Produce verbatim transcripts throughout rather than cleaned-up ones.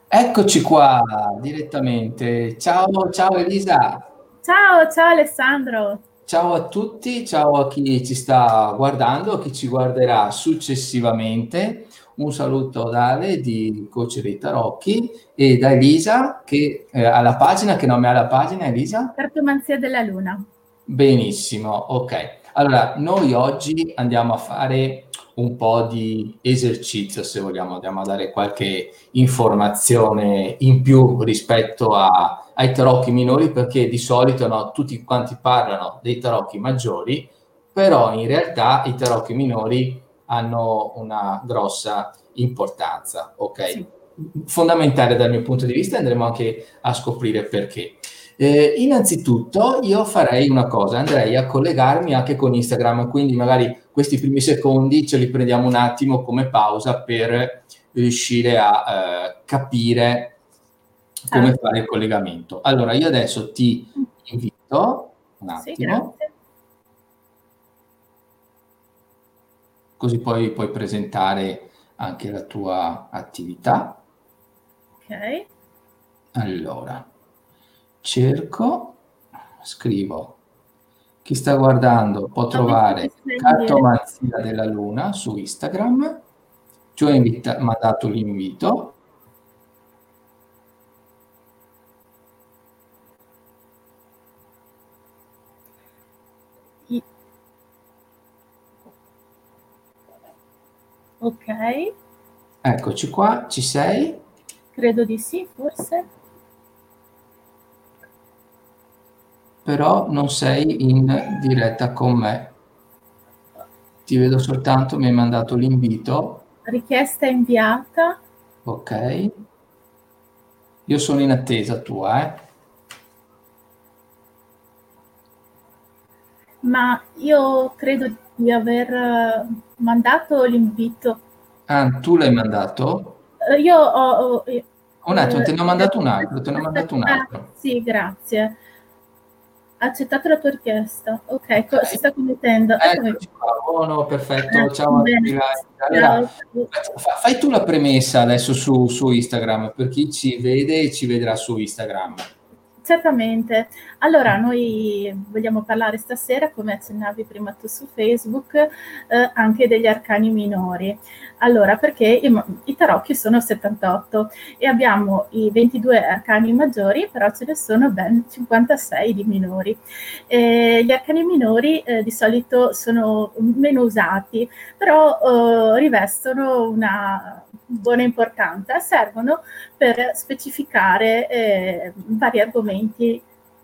Eccoci qua direttamente. Ciao, ciao Elisa. Ciao, ciao Alessandro. Ciao a tutti, ciao a chi ci sta guardando, a chi ci guarderà successivamente. Un saluto da Ale di Coach dei Tarocchi e da Elisa che eh, ha la pagina, che nome ha la pagina Elisa? Cartomanzia della Luna. Benissimo, ok. Allora, noi oggi andiamo a fare un po' di esercizio, se vogliamo, andiamo a dare qualche informazione in più rispetto a- ai tarocchi minori, perché di solito no, tutti quanti parlano dei tarocchi maggiori, però in realtà i tarocchi minori hanno una grossa importanza, ok? Sì. Fondamentale dal mio punto di vista, andremo anche a scoprire perché. Eh, innanzitutto io farei una cosa, andrei a collegarmi anche con Instagram, quindi magari questi primi secondi ce li prendiamo un attimo come pausa per riuscire a eh, capire come Certo. fare il collegamento. Allora, io adesso ti invito un Sì, attimo, grazie. così poi puoi presentare anche la tua attività. Ok. Allora, cerco, scrivo. Chi sta guardando può Ho visto che trovare sei in diretta. Cartomanzia della Luna su Instagram. Ti ho invita- mandato l'invito. I- Ok, Eccoci qua, ci sei, credo di sì, forse. però non sei in diretta con me. Ti vedo soltanto, mi hai mandato l'invito. Richiesta inviata, Ok. Io sono in attesa tua, eh. ma io credo di aver eh, mandato l'invito. Ah, tu l'hai mandato? Eh, Io ho... ho- eh, Un attimo, eh, te ne ho mandato un altro, te ne ho mandato un ah, altro. sì, grazie. Accettato la tua richiesta. Ok, Ok. co- si sta connettendo. Eccomi Eccoci qui. qua, buono, Eh, perfetto. Ciao a tutti. bene. Allora, Ciao. fa- fai tu la premessa adesso su, su Instagram, per chi ci vede e ci vedrà su Instagram. Certamente. Allora, noi vogliamo parlare stasera, come accennavi prima tu su Facebook, eh, anche degli arcani minori. Allora, perché i, i tarocchi sono settantotto e abbiamo i ventidue arcani maggiori, però ce ne sono ben cinquantasei di minori. E gli arcani minori eh, di solito sono meno usati, però eh, rivestono una buona importanza, servono per specificare eh, vari argomenti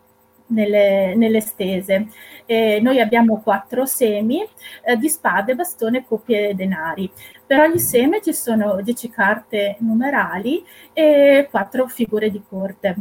nelle, nelle stese. Eh, noi abbiamo quattro semi eh, di spade, bastone, coppie e denari. Per ogni seme ci sono dieci carte numerali e quattro figure di corte.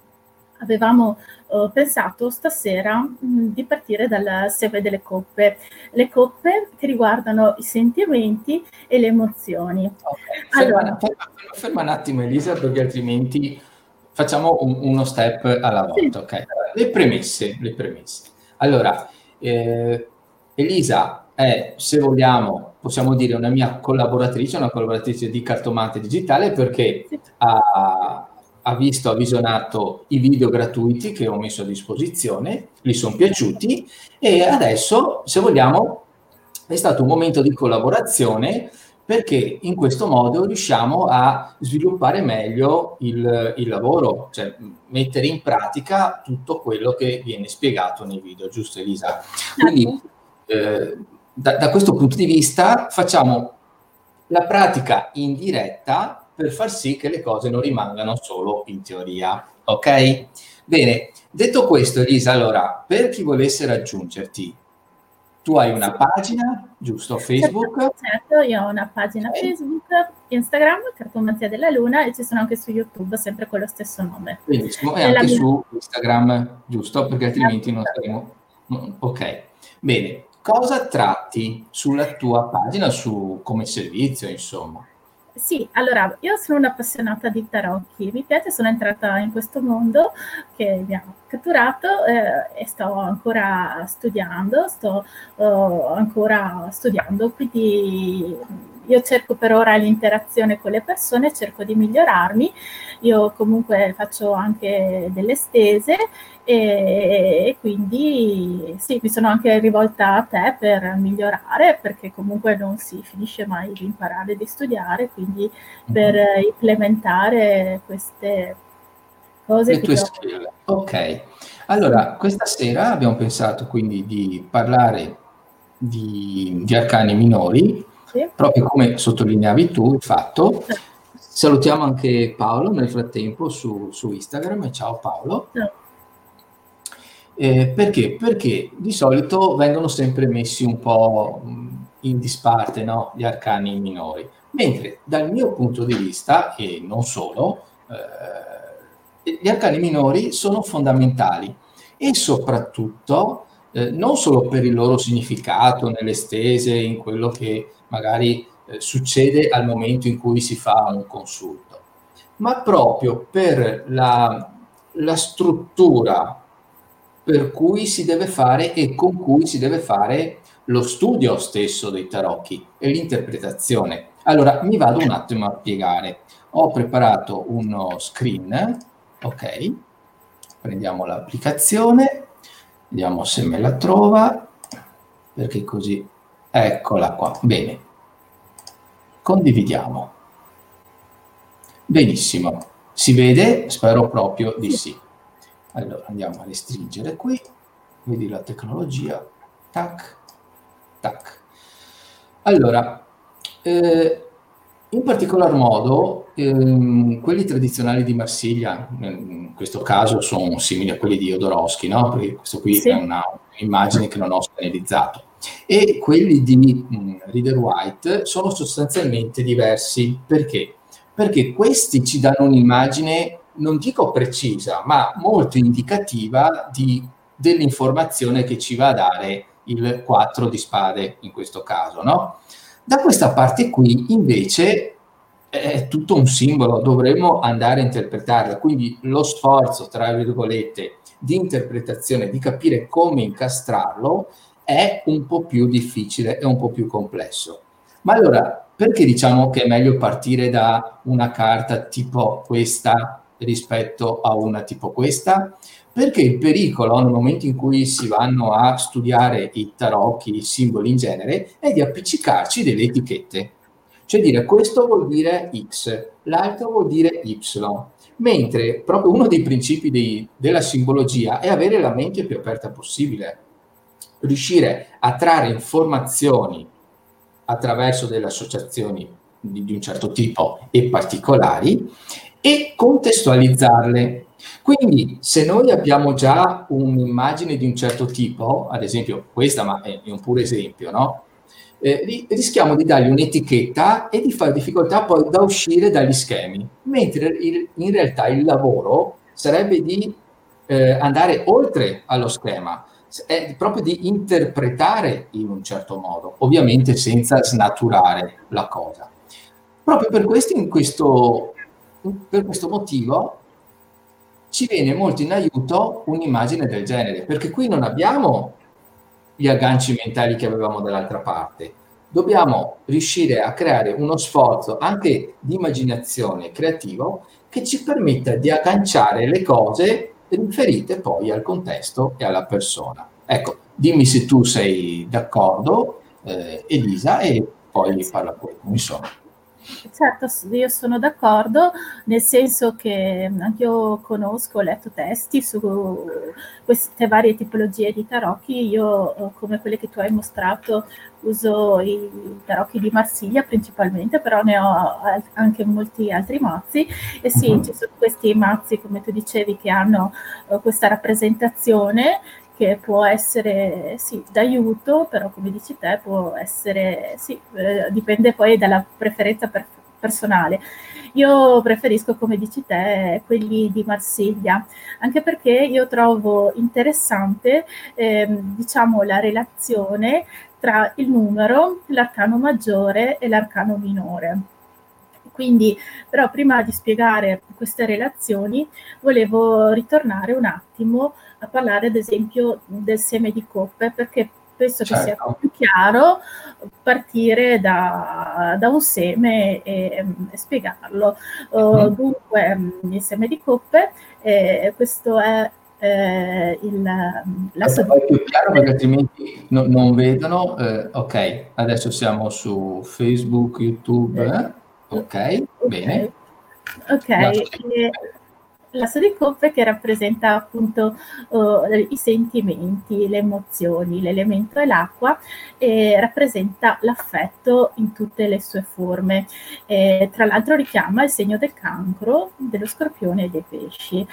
Avevamo eh, pensato stasera mh, di partire dal seme delle coppe, le coppe che riguardano i sentimenti e le emozioni. Ok, ferma, Allora, ferma- ferma un attimo Elisa, perché altrimenti facciamo un- uno step alla sì, volta, ok? Allora, Le premesse, le premesse. Allora, eh, Elisa è, se vogliamo, possiamo dire una mia collaboratrice, una collaboratrice di Cartomante Digitale, perché sì, ha, ha visto, ha visionato i video gratuiti che ho messo a disposizione, gli sono piaciuti e adesso, se vogliamo, è stato un momento di collaborazione perché in questo modo riusciamo a sviluppare meglio il, il lavoro, cioè mettere in pratica tutto quello che viene spiegato nei video, giusto Elisa? Quindi certo. eh, da, da questo punto di vista facciamo la pratica in diretta per far sì che le cose non rimangano solo in teoria, ok? Bene, detto questo Elisa, allora, per chi volesse raggiungerti, tu hai Sì, una pagina, giusto, certo, Facebook? certo, io ho una pagina Ok. Facebook, Instagram, Cartomanzia della Luna e ci sono anche su YouTube, sempre con lo stesso nome. Benissimo, e Nella anche mia su Instagram, giusto? Perché altrimenti non saremo... mm, Ok, bene. Cosa tratti sulla tua pagina, su come servizio, insomma? Sì, allora io sono un'appassionata di tarocchi, mi piace, sono entrata in questo mondo che mi ha catturato eh, e sto ancora studiando, sto uh, ancora studiando, quindi io cerco per ora l'interazione con le persone, cerco di migliorarmi. Io comunque faccio anche delle stese e, e quindi sì, mi sono anche rivolta a te per migliorare, perché comunque non si finisce mai di imparare, di studiare, quindi per Mhm. implementare queste cose Le che tue ti ho... skill. Ok. Sì, Allora, questa sera abbiamo pensato quindi di parlare di, di arcani minori, sì, proprio come sottolineavi tu il fatto. certo, Salutiamo anche Paolo nel frattempo su, su Instagram. Ciao Paolo. certo. Eh, perché? Perché di solito vengono sempre messi un po' mh, in disparte, no? Gli arcani minori. Mentre dal mio punto di vista, e non solo, eh, gli arcani minori sono fondamentali e soprattutto eh, non solo per il loro significato nelle stese, in quello che magari eh, succede al momento in cui si fa un consulto, ma proprio per la, la struttura per cui si deve fare e con cui si deve fare lo studio stesso dei tarocchi e l'interpretazione. Allora, mi vado un attimo a spiegare. Ho preparato uno screen, ok? Prendiamo l'applicazione, vediamo se me la trova, perché così, eccola qua. Bene, condividiamo. Benissimo, si vede? Spero proprio di Sì, sì. Allora andiamo a restringere qui, vedi la tecnologia, tac, tac. Allora, eh, in particolar modo, ehm, quelli tradizionali di Marsiglia, in questo caso sono simili a quelli di Jodorowsky, no? Perché questo qui è sì, una un'immagine che non ho scanalizzato. E quelli di mh, Rider White sono sostanzialmente diversi. Perché? Perché questi ci danno un'immagine, non dico precisa, ma molto indicativa di, dell'informazione che ci va a dare il quattro di spade in questo caso, no? Da questa parte qui invece è tutto un simbolo, dovremmo andare a interpretarla, quindi lo sforzo, tra virgolette, di interpretazione, di capire come incastrarlo, è un po' più difficile, è un po' più complesso. Ma allora, perché diciamo che è meglio partire da una carta tipo questa rispetto a una tipo questa? Perché il pericolo nel momento in cui si vanno a studiare i tarocchi, i simboli in genere, è di appiccicarci delle etichette. Cioè dire questo vuol dire X, l'altro vuol dire Y. Mentre proprio uno dei principi dei, della simbologia è avere la mente più aperta possibile, riuscire a trarre informazioni attraverso delle associazioni di, di un certo tipo e particolari e contestualizzarle. Quindi se noi abbiamo già un'immagine di un certo tipo, ad esempio questa, ma è un puro esempio, no? Eh, rischiamo di dargli un'etichetta e di fare difficoltà poi da uscire dagli schemi, mentre il, in realtà il lavoro sarebbe di eh, andare oltre allo schema, è proprio di interpretare in un certo modo, ovviamente senza snaturare la cosa. Proprio per questo, in questo, per questo motivo ci viene molto in aiuto un'immagine del genere, perché qui non abbiamo gli agganci mentali che avevamo dall'altra parte. Dobbiamo riuscire a creare uno sforzo anche di immaginazione creativo che ci permetta di agganciare le cose riferite poi al contesto e alla persona. Ecco, dimmi se tu sei d'accordo, eh, Elisa, e poi parla pure tu, insomma. certo, io sono d'accordo, nel senso che anch'io conosco, ho letto testi su queste varie tipologie di tarocchi. Io, come quelle che tu hai mostrato, uso i tarocchi di Marsiglia principalmente, però ne ho anche molti altri mazzi. E sì, ci Uh-huh. sono questi mazzi, come tu dicevi, che hanno questa rappresentazione che può essere sì d'aiuto, però come dici te può essere sì, eh, dipende poi dalla preferenza per, personale. Io preferisco, come dici te, quelli di Marsiglia, anche perché io trovo interessante ehm, diciamo la relazione tra il numero, l'arcano maggiore e l'arcano minore. Quindi, però, prima di spiegare queste relazioni, volevo ritornare un attimo a parlare, ad esempio, del seme di coppe, perché penso che sia Certo. più chiaro partire da, da un seme e, e spiegarlo. Uh, Mhm. dunque, il seme di coppe, eh, questo è eh, il, l'asso Aspetta, di fai più chiaro perché coppe. altrimenti no- non vedono. Eh, ok, adesso siamo su Facebook, YouTube. eh? Ok, Ok, bene. ok. L'asso di E coppe. l'asso di coppe che rappresenta appunto uh, i sentimenti, le emozioni, l'elemento è l'acqua e rappresenta l'affetto in tutte le sue forme. E, tra l'altro richiama il segno del cancro, dello scorpione e dei pesci.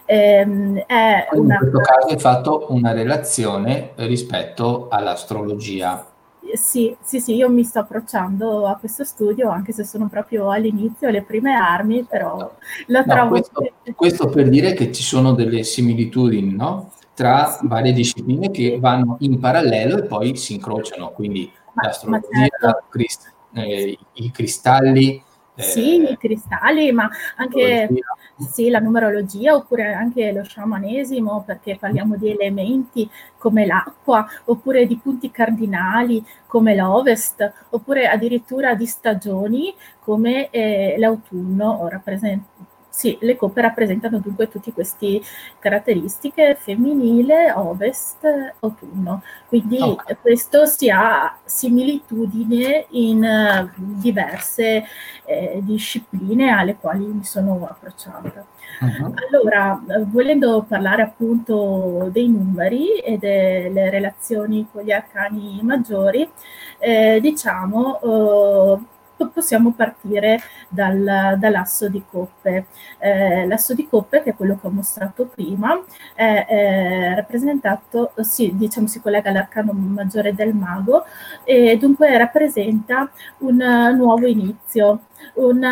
Ehm, è Quindi in una questo caso hai fatto una relazione rispetto all'astrologia. Sì, sì, sì, io mi sto approcciando a questo studio, anche se sono proprio all'inizio, alle prime armi, però Certo. lo No, trovo... questo, questo per dire che ci sono delle similitudini, no? Tra Sì, varie discipline che sì, vanno in parallelo e poi si incrociano, quindi ma, ma l'astrologia, certo, la crist- eh, i cristalli, sì, i eh, cristalli, ma anche l'astrologia. sì, la numerologia, oppure anche lo sciamanesimo, perché parliamo di elementi come l'acqua, oppure di punti cardinali come l'ovest, oppure addirittura di stagioni come eh, l'autunno. Ora, presen- sì, le coppe rappresentano dunque tutte queste caratteristiche: femminile, ovest, autunno. Quindi Ok. eh, questo si ha similitudine in eh, diverse eh, discipline alle quali mi sono approcciata. Mhm. Allora, eh, volendo parlare appunto dei numeri e delle relazioni con gli arcani maggiori, eh, diciamo, eh, possiamo partire dal, dall'asso di coppe. Eh, l'asso di coppe, che è quello che ho mostrato prima, è, è rappresentato, sì, diciamo si collega all'arcano maggiore del mago e dunque rappresenta un nuovo inizio, un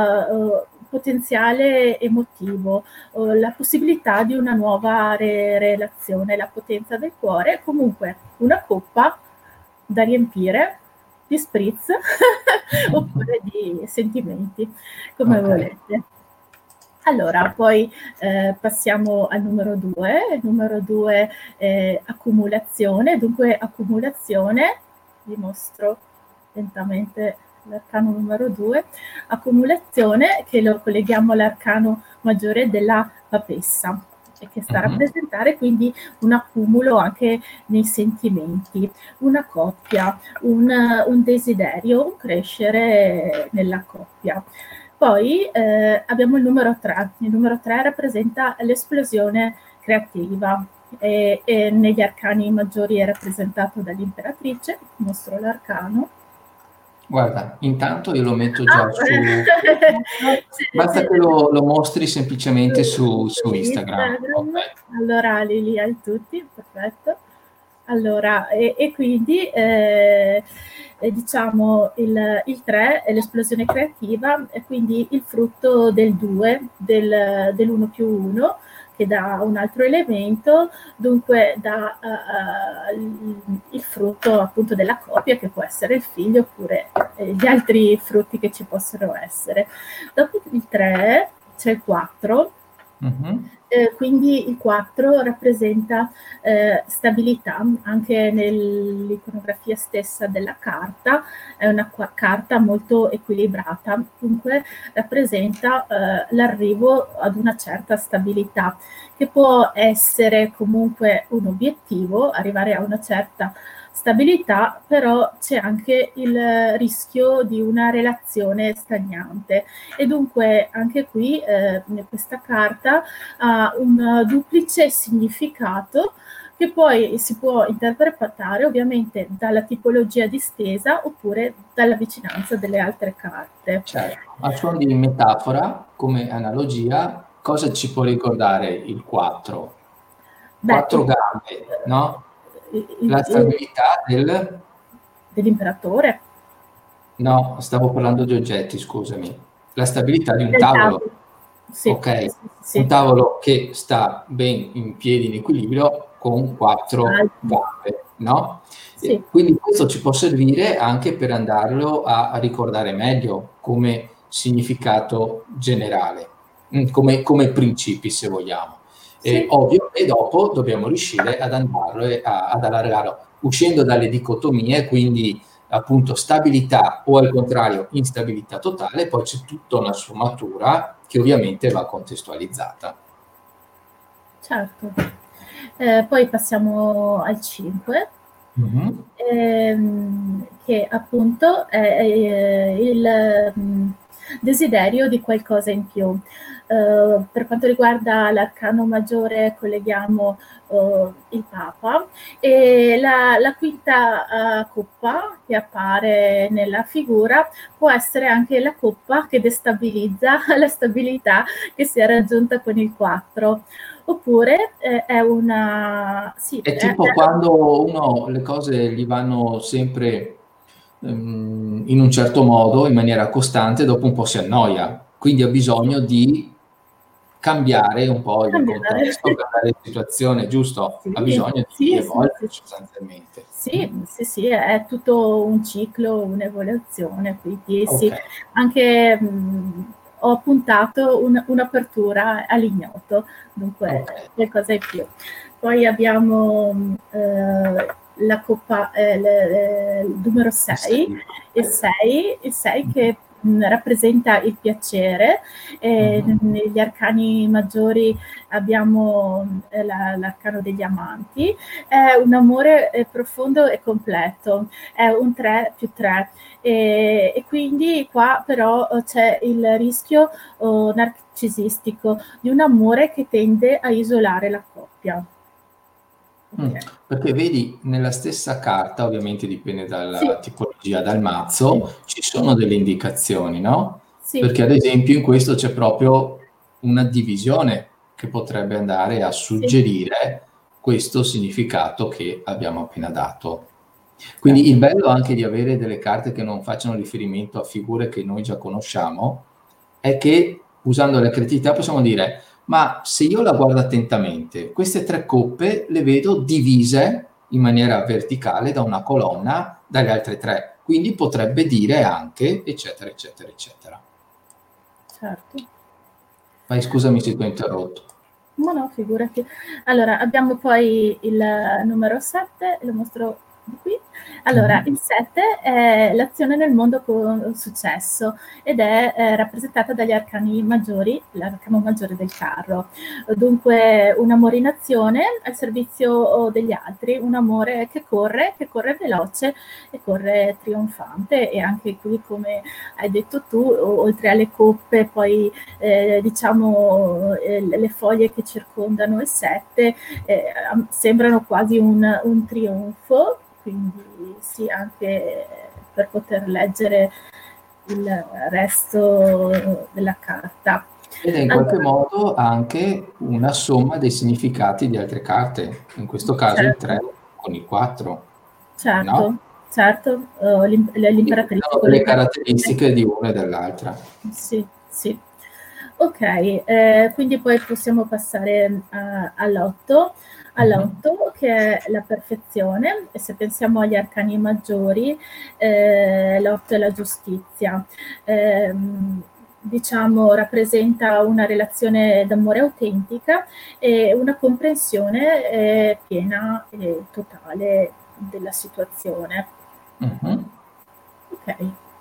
uh, potenziale emotivo, uh, la possibilità di una nuova re- relazione, la potenza del cuore, comunque una coppa da riempire di spritz oppure di sentimenti, come Ok. volete. Allora, poi eh, passiamo al numero due. Il numero due è accumulazione, dunque accumulazione, vi mostro lentamente l'arcano numero due, accumulazione che lo colleghiamo all'arcano maggiore della papessa e che sta a Mhm. rappresentare quindi un accumulo anche nei sentimenti, una coppia, un, un desiderio, un crescere nella coppia. Poi eh, abbiamo il numero tre. Il numero tre rappresenta l'esplosione creativa e, e negli arcani maggiori è rappresentato dall'imperatrice. Mostro l'arcano. Guarda, intanto io lo metto Ah, già su Facebook, sì, basta sì, che lo, lo mostri semplicemente su, su su Instagram. Ok. Instagram. Allora li, li hai tutti, perfetto. Allora, e, e quindi eh, eh, diciamo il, il tre è l'esplosione creativa e quindi il frutto del due, del, dell'uno più uno, che dà un altro elemento, dunque dà uh, il, il frutto appunto della coppia, che può essere il figlio oppure eh, gli altri frutti che ci possono essere. Dopo il tre c'è il quattro, Mhm. eh, quindi il quattro rappresenta eh, stabilità anche nell'iconografia stessa della carta, è una qua- carta molto equilibrata, dunque rappresenta eh, l'arrivo ad una certa stabilità, che può essere comunque un obiettivo, arrivare a una certa stabilità, però c'è anche il rischio di una relazione stagnante e dunque anche qui eh, questa carta ha un duplice significato che poi si può interpretare ovviamente dalla tipologia di stesa oppure dalla vicinanza delle altre carte. Certo, a suon di metafora, come analogia, cosa ci può ricordare il quattro? Beh, Quattro il, gambe, no? il, La il, stabilità del... dell'imperatore, No, stavo parlando di oggetti, scusami. La stabilità di un del tavolo, tavolo. Sì, ok? sì, Un sì. tavolo che sta ben in piedi, in equilibrio, con quattro Alto. gambe, no? Sì. E quindi questo ci può servire anche per andarlo a, a ricordare meglio come significato generale, mm, come, come principi, se vogliamo. È Sì. ovvio, e dopo dobbiamo riuscire ad andarlo e a, ad allargarlo, uscendo dalle dicotomie, quindi appunto stabilità o al contrario instabilità totale, poi c'è tutta una sfumatura che ovviamente va contestualizzata. Certo. Eh, poi passiamo al cinque, Mm-hmm. ehm, che appunto è, è il mh, desiderio di qualcosa in più. Uh, per quanto riguarda l'arcano maggiore colleghiamo uh, il Papa, e la, la quinta uh, coppa che appare nella figura può essere anche la coppa che destabilizza la stabilità che si è raggiunta con il quattro. Oppure eh, è una... Sì, È è, è... tipo quando uno le cose gli vanno sempre um, in un certo modo, in maniera costante, dopo un po' si annoia, quindi ha bisogno di cambiare un po' il cambiare. contesto, cambiare la situazione, giusto? Sì, Ha bisogno di sì, sì, evolvere sì. sostanzialmente. Sì, sì, sì, è tutto un ciclo, un'evoluzione, quindi sì, Ok. anche mh, ho puntato un, un'apertura all'ignoto, dunque Okay. qualcosa in più. Poi abbiamo eh, la coppa, eh, le, il numero sei, il sei, il sei che mh, rappresenta il piacere, e Mm-hmm. negli arcani maggiori abbiamo eh, la, l'arcano degli amanti, è un amore eh, profondo e completo, è un tre più tre, e, e quindi qua però eh, c'è il rischio oh, narcisistico di un amore che tende a isolare la coppia. Mm. Okay. Perché vedi, nella stessa carta, ovviamente dipende Sì, dalla tipologia, dal mazzo, ci sono delle indicazioni, no? sì, Perché ad esempio in questo c'è proprio una divisione che potrebbe andare a sì, suggerire questo significato che abbiamo appena dato. Quindi certo. il bello anche di avere delle carte che non facciano riferimento a figure che noi già conosciamo è che usando la creatività possiamo dire: ma se io la guardo attentamente, queste tre coppe le vedo divise in maniera verticale da una colonna dalle altre tre, quindi potrebbe dire anche eccetera eccetera eccetera. Certo. Vai, scusami se ti ho interrotto. No, no, figurati. Allora, abbiamo poi il numero sette, lo mostro di qui. Allora, Mm-hmm. il sette è l'azione nel mondo con successo ed è eh, rappresentata dagli arcani maggiori, l'arcano maggiore del carro. Dunque, un amore in azione al servizio degli altri, un amore che corre, che corre veloce e corre trionfante, e anche qui, come hai detto tu, oltre alle coppe, poi eh, diciamo eh, le foglie che circondano il sette eh, sembrano quasi un, un trionfo, quindi sì, anche per poter leggere il resto della carta. Ed è in qualche Allora, modo anche una somma dei significati di altre carte, in questo caso il certo, tre con il quattro, no? certo, certo, uh, l'im- Quindi ci l'imperatrice sono con le delle cartine. caratteristiche di una e dell'altra. Sì, sì. Ok, eh, quindi poi possiamo passare a- all'otto, Mhm. all'otto che è la perfezione, e se pensiamo agli arcani maggiori, eh, l'otto è la giustizia. Ehm, diciamo, rappresenta una relazione d'amore autentica e una comprensione eh, piena e totale della situazione. Mhm. Ok.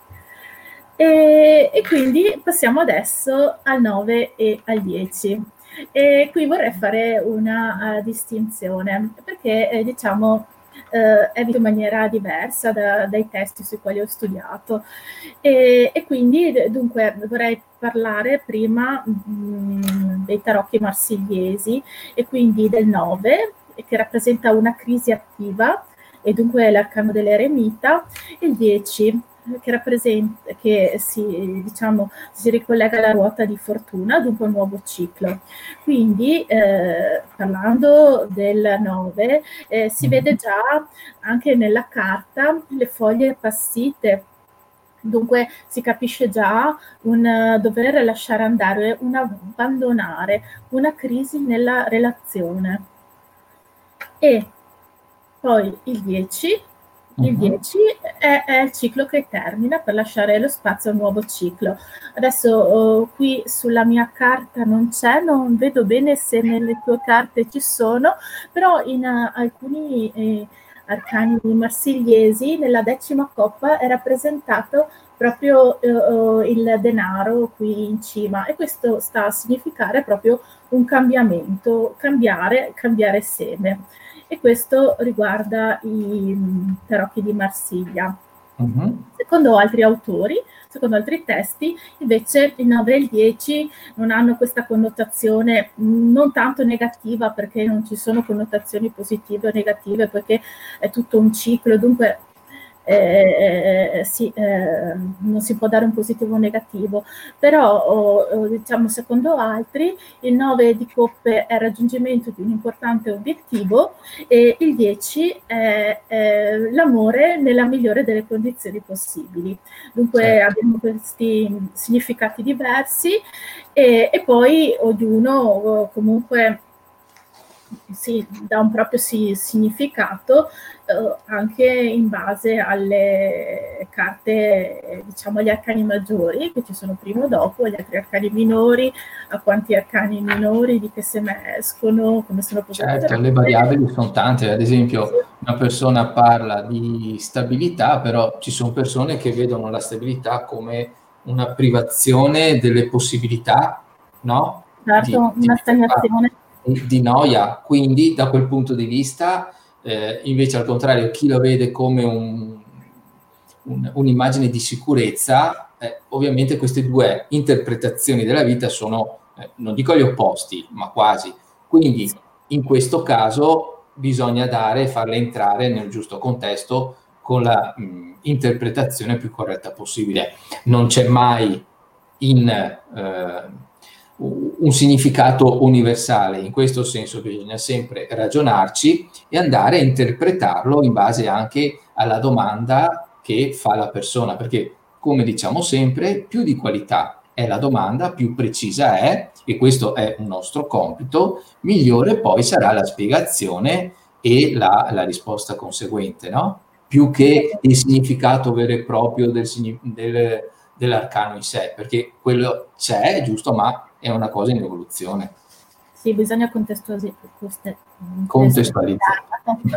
E, e quindi passiamo adesso al nove e al dieci. E qui vorrei fare una uh, distinzione, perché eh, diciamo eh, è visto in maniera diversa da, dai testi sui quali ho studiato, e, e quindi dunque vorrei parlare prima mh, dei tarocchi marsigliesi, e quindi del nove, che rappresenta una crisi attiva e dunque l'arcano dell'eremita, e il dieci che rappresenta, che si, diciamo, si ricollega alla ruota di fortuna, dunque un nuovo ciclo. Quindi, eh, parlando del nove, eh, si vede già anche nella carta le foglie appassite, dunque si capisce già un uh, dover lasciare andare, un abbandonare, una crisi nella relazione. E poi il dieci Il Mhm. dieci è, è il ciclo che termina per lasciare lo spazio al nuovo ciclo. Adesso eh, qui sulla mia carta non c'è, non vedo bene se nelle tue carte ci sono, però in uh, alcuni eh, arcani marsigliesi nella decima coppa è rappresentato proprio eh, eh, il denaro qui in cima, e questo sta a significare proprio un cambiamento, cambiare, cambiare seme. E questo riguarda i mm, tarocchi di Marsiglia. Mhm. Secondo altri autori, secondo altri testi, invece il nove e il dieci non hanno questa connotazione mh, non tanto negativa, perché non ci sono connotazioni positive o negative, perché è tutto un ciclo, dunque eh, sì, eh, non si può dare un positivo o negativo, però oh, diciamo secondo altri il nove di coppe è il raggiungimento di un importante obiettivo e il dieci è, è l'amore nella migliore delle condizioni possibili. Dunque Certo. abbiamo questi significati diversi e, e poi ognuno comunque si dà un proprio si, significato eh, anche in base alle carte, diciamo agli arcani maggiori che ci sono prima o dopo, gli altri arcani minori, a quanti arcani minori, di che seme escono, come sono Certo, posizionati. le variabili sono tante, ad Sì. esempio una persona parla di stabilità, però ci sono persone che vedono la stabilità come una privazione delle possibilità, no? Di, Certo, di una libertà, stagnazione. di noia. Quindi da quel punto di vista, eh, invece al contrario, chi lo vede come un, un, un'immagine di sicurezza, eh, ovviamente queste due interpretazioni della vita sono, eh, non dico gli opposti, ma quasi. Sì. Quindi in questo caso bisogna dare e farle entrare nel giusto contesto con la mh, interpretazione più corretta possibile. Non c'è mai in, eh, un significato universale, in questo senso bisogna sempre ragionarci e andare a interpretarlo in base anche alla domanda che fa la persona, perché come diciamo sempre, più di qualità è la domanda, più precisa è, e questo è un nostro compito, migliore poi sarà la spiegazione e la, la risposta conseguente, no? Più che il significato vero e proprio del, del, dell'arcano in sé, perché quello c'è, è giusto, ma è una cosa in evoluzione. Sì, bisogna contestualizzare. Contestualizzare.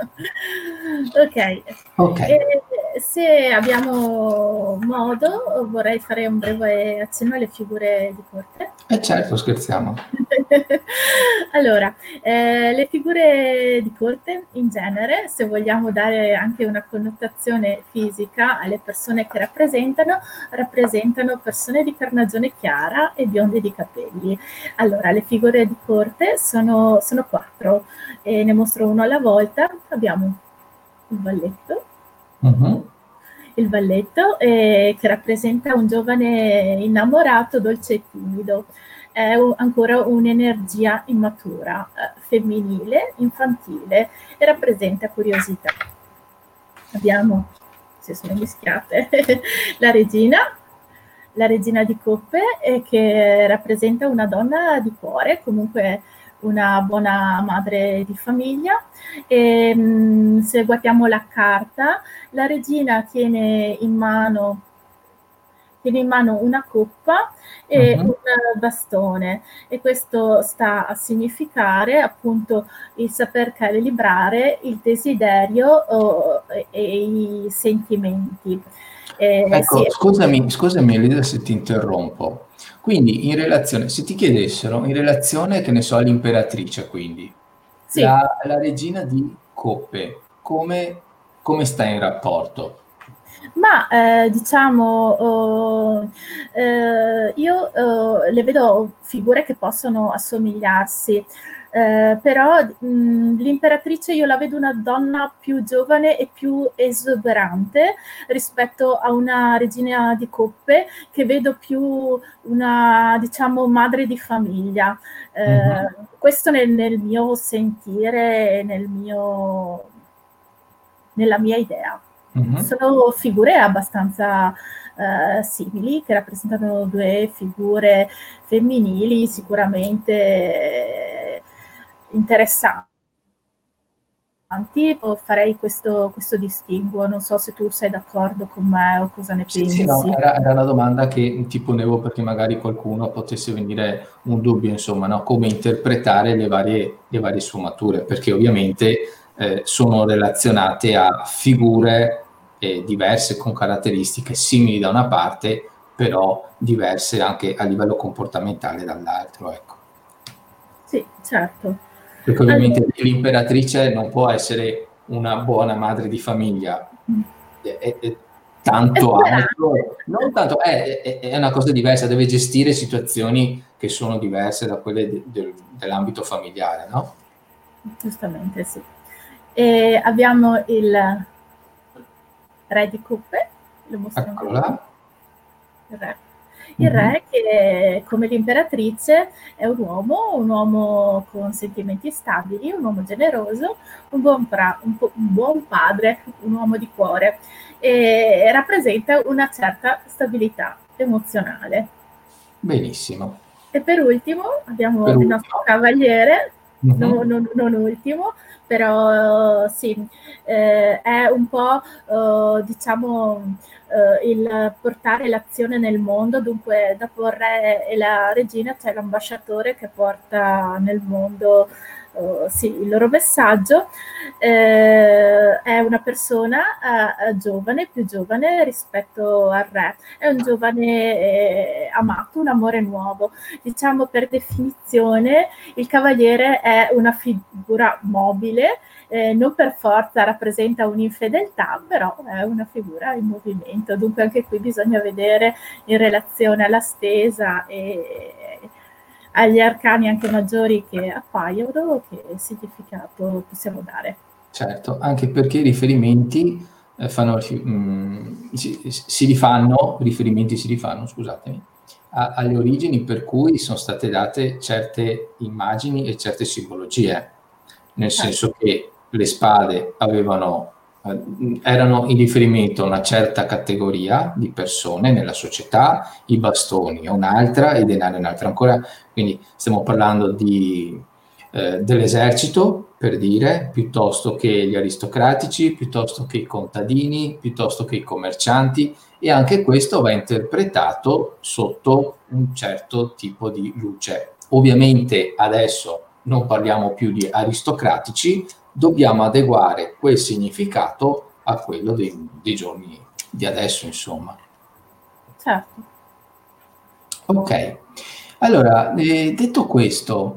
Ok, Ok. e se abbiamo modo vorrei fare un breve accenno alle figure di corte. Eh certo, scherziamo. Allora, eh, le figure di corte in genere, se vogliamo dare anche una connotazione fisica alle persone che rappresentano, rappresentano persone di carnagione chiara e bionde di capelli. Allora, le figure di corte sono, sono quattro, e ne mostro uno alla volta. Abbiamo il valletto, Uh-huh. il valletto eh, che rappresenta un giovane innamorato, dolce e timido. È un, ancora un'energia immatura, eh, femminile, infantile e rappresenta curiosità. Abbiamo, si sono mischiate, la regina, la regina di coppe eh, che rappresenta una donna di cuore, comunque una buona madre di famiglia. E, mh, se guardiamo la carta, la regina tiene in mano, tiene in mano una coppa e Uh-huh. un bastone, e questo sta a significare appunto il saper calibrare il desiderio oh, e i sentimenti. Eh, sì, Ecco, scusami, scusami Elisa se ti interrompo. Quindi in relazione, se ti chiedessero in relazione, che ne so, all'imperatrice, quindi, sì. la, la regina di coppe, come, come sta in rapporto? Ma eh, diciamo, oh, eh, io eh, le vedo figure che possono assomigliarsi, eh, però mh, l'imperatrice io la vedo una donna più giovane e più esuberante rispetto a una regina di coppe che vedo più una, diciamo, madre di famiglia. Mhm. Eh, questo nel, nel mio sentire, nel mio, nella mia idea. Mhm. Sono figure abbastanza eh, simili, che rappresentano due figure femminili sicuramente eh, interessanti. avanti farei questo, questo distinguo. Non so se tu sei d'accordo con me o cosa ne Sì, pensi. sì, no, era, era una domanda che ti ponevo perché magari qualcuno potesse venire un dubbio, insomma, no? Come interpretare le varie, le varie sfumature, perché ovviamente eh, sono relazionate a figure eh, diverse con caratteristiche simili da una parte, però diverse anche a livello comportamentale dall'altro, ecco. Sì, certo. Perché ovviamente Allora, l'imperatrice non può essere una buona madre di famiglia, è, è, è è tanto speranza. altro, non tanto, è, è, è una cosa diversa, deve gestire situazioni che sono diverse da quelle de, de, dell'ambito familiare, no? Giustamente, sì. E abbiamo il re di coppe, lo mostriamo Eccolo qui. là. Il re. Il re che, come l'imperatrice, è un uomo, un uomo con sentimenti stabili, un uomo generoso, un buon, pra- un, po- un buon padre, un uomo di cuore, e rappresenta una certa stabilità emozionale. Benissimo. E per ultimo abbiamo Per il ultimo. nostro cavaliere, Mhm. non, non, non ultimo, però sì, eh, è un po' eh, diciamo eh, il portare l'azione nel mondo. Dunque dopo il re e la regina c'è l'ambasciatore che porta nel mondo eh, sì, il loro messaggio. Eh, è una persona eh, giovane, più giovane rispetto al re, è un giovane eh, amato, un amore nuovo. Diciamo, per definizione il cavaliere è una figura mobile, eh, non per forza rappresenta un'infedeltà, però è una figura in movimento. Dunque anche qui bisogna vedere in relazione alla stesa e agli arcani anche maggiori che appaiono che significato possiamo dare. Certo, anche perché i riferimenti eh, fanno, mh, si, si rifanno, riferimenti si rifanno, scusatemi, a, alle origini per cui sono state date certe immagini e certe simbologie, nel senso che le spade avevano, eh, erano in riferimento a una certa categoria di persone nella società, i bastoni a un'altra e i denari a un'altra ancora, quindi stiamo parlando di, eh, dell'esercito, per dire, piuttosto che gli aristocratici, piuttosto che i contadini, piuttosto che i commercianti, e anche questo va interpretato sotto un certo tipo di luce. Ovviamente adesso non parliamo più di aristocratici, dobbiamo adeguare quel significato a quello dei, dei giorni di adesso, insomma. Certo. Ok, allora, eh, detto questo,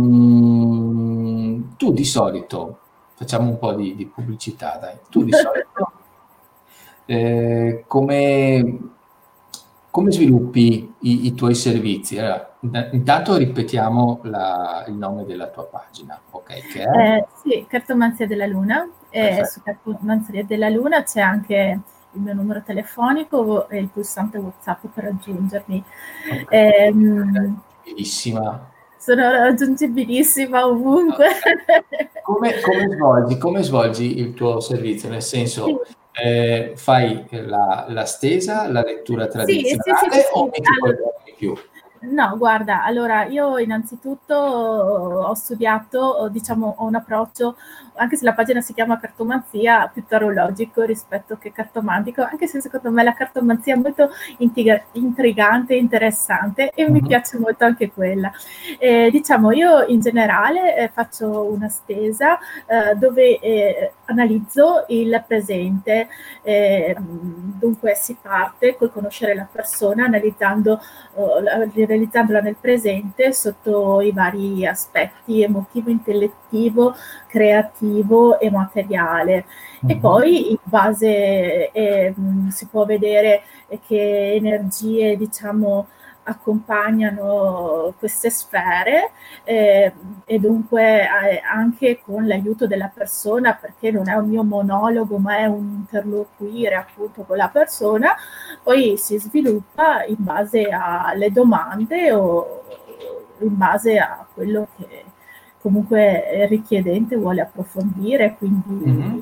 mh, tu di solito, facciamo un po' di, di pubblicità, dai, tu di solito eh, come, come sviluppi i, i tuoi servizi? Allora, intanto ripetiamo la, il nome della tua pagina, ok? Che è? Eh, sì, Cartomanzia della Luna. E su Cartomanzia della Luna c'è anche il mio numero telefonico e il pulsante WhatsApp per raggiungermi. Okay. Ehm, Bellissima. sono raggiungibilissima ovunque. Okay. Come, come, svolgi, come svolgi il tuo servizio? Nel senso, Sì. eh, fai la, la stesa, la lettura Sì, sì, sì, sì, tradizionale o sì. metti Allora, qualcosa di più? no, guarda, allora io innanzitutto ho studiato, diciamo, ho un approccio, anche se la pagina si chiama cartomanzia, più tarologico rispetto che cartomantico, anche se secondo me la cartomanzia è molto intriga- intrigante e interessante e mi Mhm. piace molto anche quella. Eh, diciamo, io in generale eh, faccio una stesa eh, dove eh, analizzo il presente, eh, dunque si parte col conoscere la persona, analizzando eh, realizzandola nel presente sotto i vari aspetti emotivo, intellettivo, creativo e materiale. Mm-hmm. E poi in base eh, si può vedere che energie, diciamo, accompagnano queste sfere eh, e dunque eh, anche con l'aiuto della persona, perché non è un mio monologo ma è un interloquire appunto con la persona, poi si sviluppa in base alle domande o in base a quello che comunque il richiedente vuole approfondire, quindi Mm-hmm.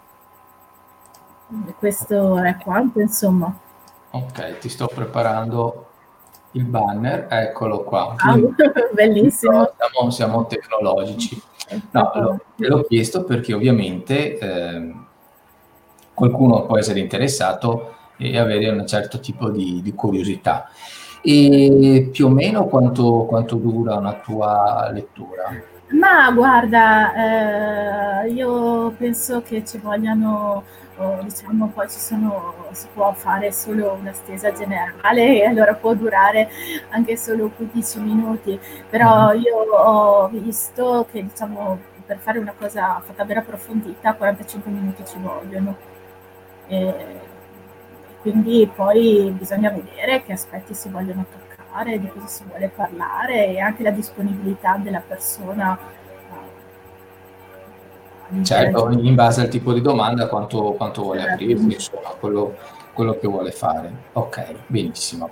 questo è quanto, insomma. Ok, ti sto preparando il banner, eccolo qua. Wow, bellissimo. Siamo, siamo tecnologici. No, lo, te l'ho chiesto perché ovviamente eh, qualcuno può essere interessato e avere un certo tipo di, di curiosità. E più o meno quanto, quanto dura una tua lettura? Ma guarda, eh, io penso che ci vogliano, oh, diciamo, poi ci sono, si può fare solo una stesa generale e allora può durare anche solo quindici minuti, però io ho visto che, diciamo, per fare una cosa fatta bene approfondita, quarantacinque minuti ci vogliono. E quindi poi bisogna vedere che aspetti si vogliono toccare, di cosa si vuole parlare e anche la disponibilità della persona a Certo, interagire. in base al tipo di domanda, quanto, quanto vuole Certo. aprirsi, insomma, quello, quello che vuole fare. Ok, benissimo.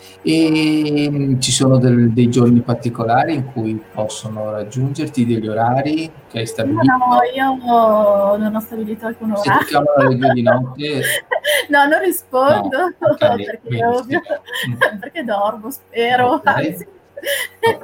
E ci sono del, dei giorni particolari in cui possono raggiungerti, degli orari che hai No, no, stabilito? io non ho stabilito alcun Se ti orario. chiamano alle due di notte, No, non no, rispondo ok, perché è ovvio, benissimo. Mm. perché dormo, spero, Ok, anzi. ok.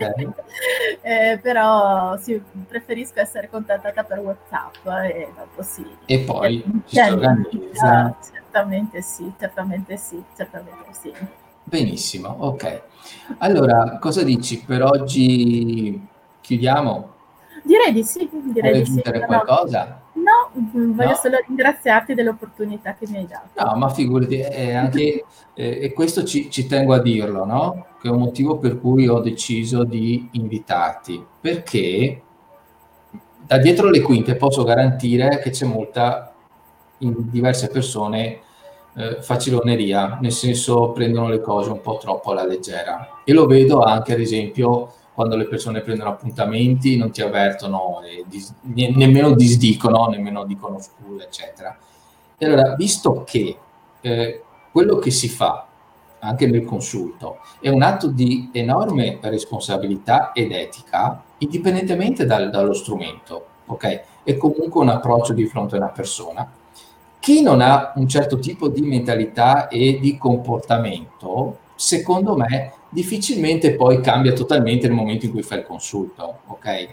Eh, però sì, preferisco essere contattata per WhatsApp e dopo sì, E poi ci si pianifica, organizza. certamente sì, certamente sì, certamente sì. Benissimo, ok. Allora, cosa dici? Per oggi chiudiamo? Direi di sì, direi Vuoi di sì. aggiungere No, no, qualcosa? no, mm, voglio No? solo ringraziarti dell'opportunità che mi hai dato. No, ma figurati, è anche, eh, e questo ci, ci tengo a dirlo, no? Che è un motivo per cui ho deciso di invitarti, perché da dietro le quinte posso garantire che c'è molta, in diverse persone, eh, faciloneria, nel senso prendono le cose un po' troppo alla leggera. E lo vedo anche, ad esempio, quando le persone prendono appuntamenti, non ti avvertono, e dis- ne- nemmeno disdicono, nemmeno dicono scusa, eccetera. E allora, visto che eh, quello che si fa anche nel consulto è un atto di enorme responsabilità ed etica, indipendentemente dal- dallo strumento, ok? È comunque un approccio di fronte a una persona. Chi non ha un certo tipo di mentalità e di comportamento, secondo me, difficilmente poi cambia totalmente nel momento in cui fa il consulto, ok?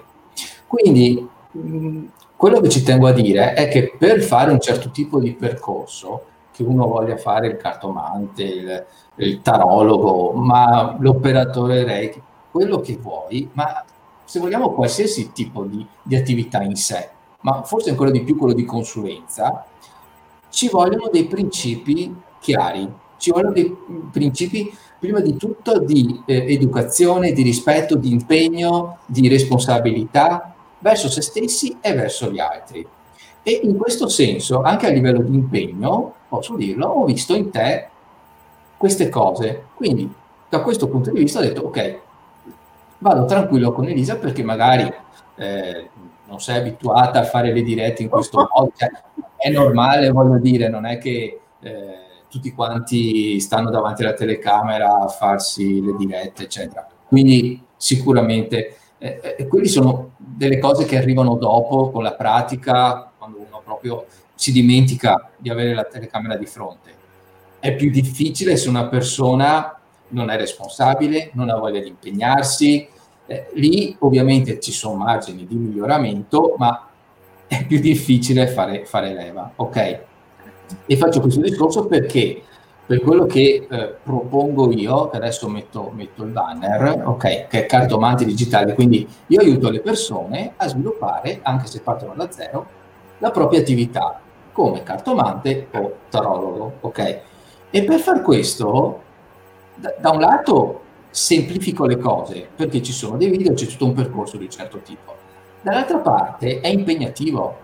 Quindi mh, quello che ci tengo a dire è che per fare un certo tipo di percorso, che uno voglia fare il cartomante, il, il tarologo, ma l'operatore Reiki, quello che vuoi, ma se vogliamo qualsiasi tipo di, di attività in sé, ma forse ancora di più quello di consulenza, ci vogliono dei principi chiari, ci vogliono dei principi prima di tutto di eh, educazione, di rispetto, di impegno, di responsabilità verso se stessi e verso gli altri. E in questo senso, anche a livello di impegno, posso dirlo, ho visto in te queste cose. Quindi, da questo punto di vista, ho detto, ok, vado tranquillo con Elisa perché magari eh, non sei abituata a fare le dirette in questo modo. Cioè, è normale, voglio dire, non è che eh, tutti quanti stanno davanti alla telecamera a farsi le dirette, eccetera. Quindi sicuramente, eh, eh, quelle sono delle cose che arrivano dopo con la pratica, quando uno proprio si dimentica di avere la telecamera di fronte. È più difficile se una persona non è responsabile, non ha voglia di impegnarsi. Eh, lì ovviamente ci sono margini di miglioramento, ma è più difficile fare, fare leva, ok? E faccio questo discorso perché per quello che eh, propongo io, che adesso metto, metto il banner, ok, che è cartomante digitale, quindi io aiuto le persone a sviluppare, anche se partono da zero, la propria attività come cartomante o tarologo, ok? E per far questo, da, da un lato semplifico le cose, perché ci sono dei video, c'è tutto un percorso di un certo tipo. Dall'altra parte è impegnativo.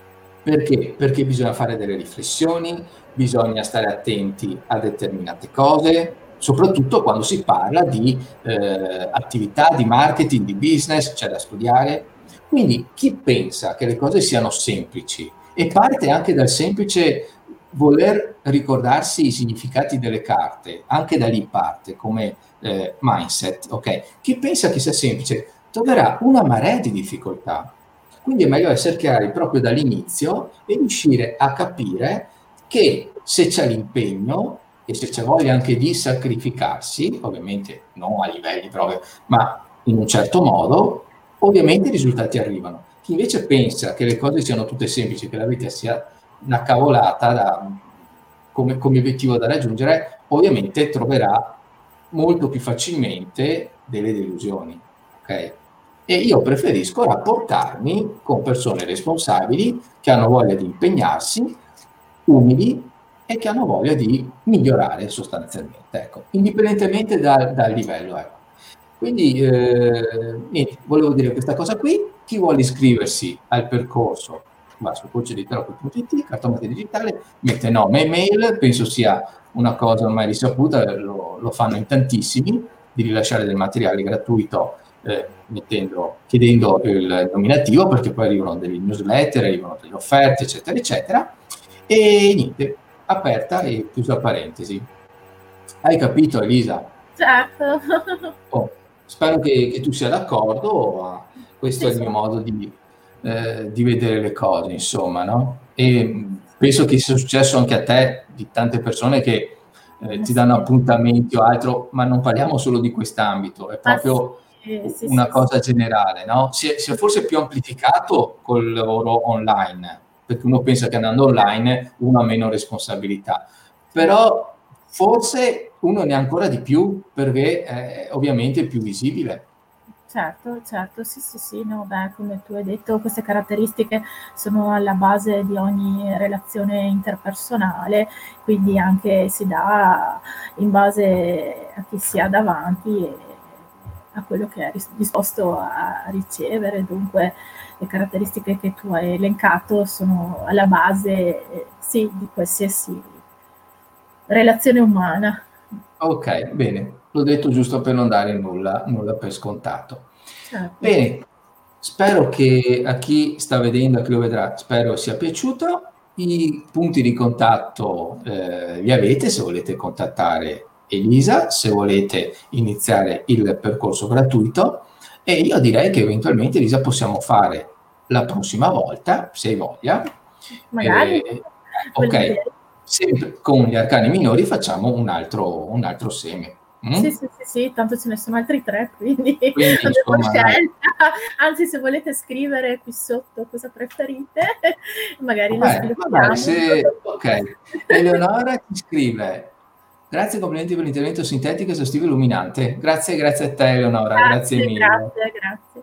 Perché? Perché bisogna fare delle riflessioni, bisogna stare attenti a determinate cose, soprattutto quando si parla di eh, attività, di marketing, di business, c'è da studiare. Quindi chi pensa che le cose siano semplici e parte anche dal semplice voler ricordarsi i significati delle carte, anche da lì parte come eh, mindset, ok? Chi pensa che sia semplice troverà una marea di difficoltà. Quindi è meglio essere chiari proprio dall'inizio e riuscire a capire che se c'è l'impegno e se c'è voglia anche di sacrificarsi, ovviamente non a livelli proprio, ma in un certo modo, ovviamente i risultati arrivano. Chi invece pensa che le cose siano tutte semplici, che la vita sia una cavolata da, come, come obiettivo da raggiungere, ovviamente troverà molto più facilmente delle delusioni. Ok? E io preferisco rapportarmi con persone responsabili che hanno voglia di impegnarsi, umili e che hanno voglia di migliorare sostanzialmente, ecco, indipendentemente da, dal livello. Ecco. Quindi, eh, niente, volevo dire questa cosa qui. Chi vuole iscriversi al percorso va su coach di tarot punto it, cartomante digitale, mette nome e mail, penso sia una cosa ormai risaputa, lo, lo fanno in tantissimi, di rilasciare del materiale gratuito eh, mettendo, chiedendo il nominativo, perché poi arrivano delle newsletter, arrivano delle offerte, eccetera, eccetera. E niente, aperta e chiusa parentesi. Hai capito, Elisa? Certo. Oh, spero che, che tu sia d'accordo, ma questo Sì, è il sì. mio modo di, eh, di vedere le cose, insomma, no? E penso che sia successo anche a te, di tante persone che eh, ti danno appuntamenti o altro, ma non parliamo solo di quest'ambito, è Ma proprio sì, sì, una sì, sì. cosa generale, no? Si è, si è forse più amplificato col lavoro online, perché uno pensa che andando online uno ha meno responsabilità, però forse uno ne ha ancora di più perché è ovviamente più visibile. Certo, certo, sì, sì, sì, no, beh, come tu hai detto, queste caratteristiche sono alla base di ogni relazione interpersonale, quindi anche si dà in base a chi si ha davanti e a quello che è disposto a ricevere. Dunque le caratteristiche che tu hai elencato sono alla base, sì, di qualsiasi relazione umana. Ok, bene, l'ho detto giusto per non dare nulla, nulla per scontato. Certo. Bene, spero che a chi sta vedendo, a chi lo vedrà, spero sia piaciuto. I punti di contatto eh, li avete se volete contattare Elisa, se volete iniziare il percorso gratuito, e io direi che eventualmente, Elisa, possiamo fare la prossima volta, se hai voglia. Magari, Eh, ok, volentieri. sempre con gli arcani minori facciamo un altro, un altro seme. Sì, Mm? sì, sì, sì, tanto ce ne sono altri tre, quindi Quindi, abbiamo insomma, dai. scelta. Anzi, se volete scrivere qui sotto cosa preferite, magari lo Vabbè, vabbè, sviluppiamo. se... Ok. Eleonora ti scrive: grazie, complimenti per l'intervento sintetico, esaustivo e illuminante. Grazie, grazie a te, Eleonora, grazie Grazie, mille. grazie, grazie.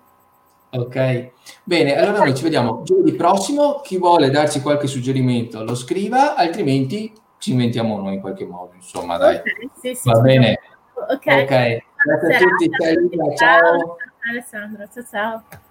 Ok, bene, allora noi ci vediamo giovedì prossimo. Chi vuole darci qualche suggerimento lo scriva, altrimenti ci inventiamo noi in qualche modo, insomma, dai. Ok, sì, sì, Va ci vediamo. bene. Ok, Ok, buona grazie a tutti, serata a ciao tutti. Elisa, Ciao, ciao. ciao Alessandro, ciao ciao.